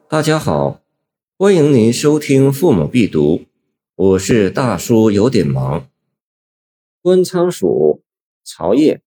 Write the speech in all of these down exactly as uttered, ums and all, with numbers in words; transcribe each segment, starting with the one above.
大家好，欢迎您收听父母必读，我是大叔有点忙。关仓鼠，曹烨。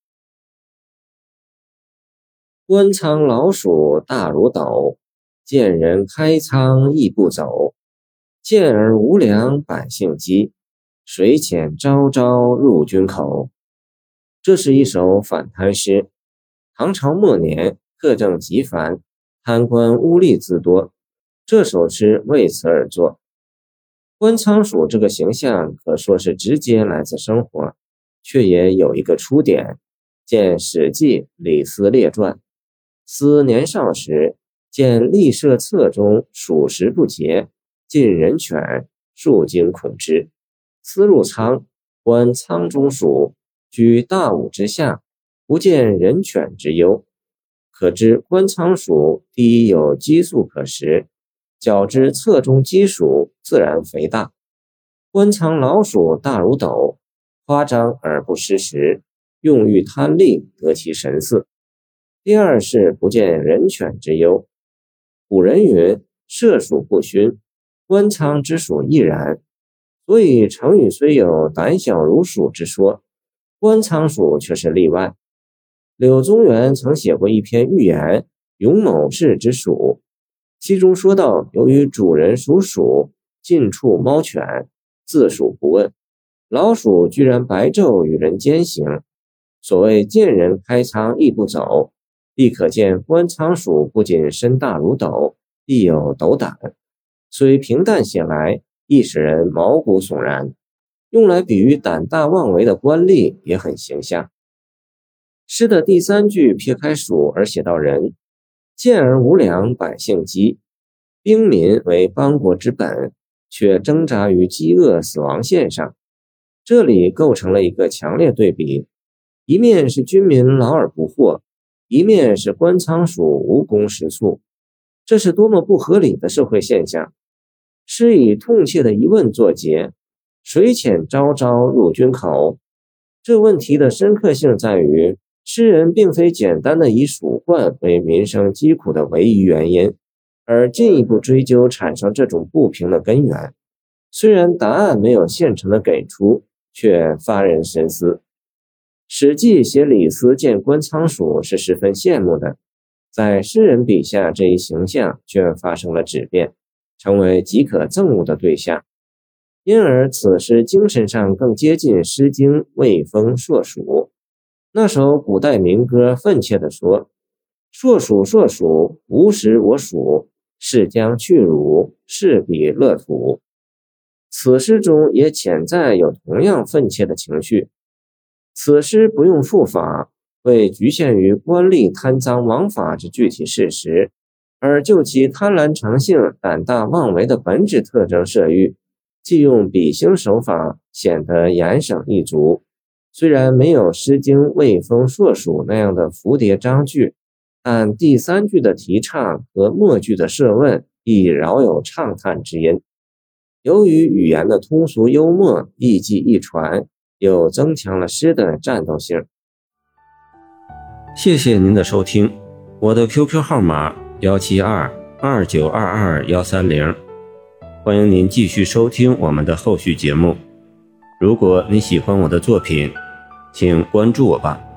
关仓老鼠大如斗，见人开仓亦不走。见而无粮百姓饥，水浅朝朝入军口。这是一首反贪诗。唐朝末年，苛政极繁，贪官污吏自多，这首诗为此而作。关仓鼠这个形象可说是直接来自生活，却也有一个出典，见《史记·李斯列传》。斯年少时，见吏舍册中属食不节，尽人犬，数惊恐之。思入仓，观仓中鼠，居大屋之下，不见人犬之忧。可知关仓鼠第一有激素可食，较之册中鸡鼠自然肥大。关仓老鼠大如斗，夸张而不失实，用欲贪利得其神似。第二是不见人犬之忧。古人云：射鼠不熏，关仓之鼠亦然。所以成语虽有胆小如鼠之说，关仓鼠却是例外。柳宗元曾写过一篇寓言《勇某氏之鼠》，其中说到，由于主人属鼠，近处猫犬，自属不问，老鼠居然白昼与人兼行。所谓见人开仓亦不走，亦可见关仓鼠不仅身大如斗，亦有斗胆，虽平淡写来，亦使人毛骨悚然。用来比喻胆大妄为的官吏也很形象。诗的第三句撇开鼠而写到人，见而无粮百姓饥。兵民为邦国之本，却挣扎于饥饿死亡线上，这里构成了一个强烈对比，一面是军民劳而不获，一面是关仓鼠无功食宿，这是多么不合理的社会现象。诗以痛切的疑问作结，水浅朝朝入军口。这问题的深刻性在于，诗人并非简单的以鼠患为民生疾苦的唯一原因，而进一步追究产生这种不平的根源。虽然答案没有现成的给出，却发人深思。史记写李斯见关仓鼠是十分羡慕的，在诗人笔下这一形象却发生了质变，成为极可憎恶的对象。因而此诗精神上更接近《诗经·卫风·硕鼠》。那首古代民歌愤切地说：硕鼠硕鼠，无食我黍，是将去汝，是彼乐土。此诗中也潜在有同样愤切的情绪。此诗不用赋法，未局限于官吏贪赃枉法之具体事实，而就其贪婪成性、胆大妄为的本质特征设喻，既用比兴手法，显得严省一足。虽然没有《诗经·卫风·硕鼠》那样的蝴蝶章句，但第三句的提倡和末句的设问亦饶有畅叹之音。由于语言的通俗幽默、易记易传，又增强了诗的战斗性。谢谢您的收听，我的 Q Q 号码一七二二九二二一三零，欢迎您继续收听我们的后续节目。如果你喜欢我的作品，请关注我吧。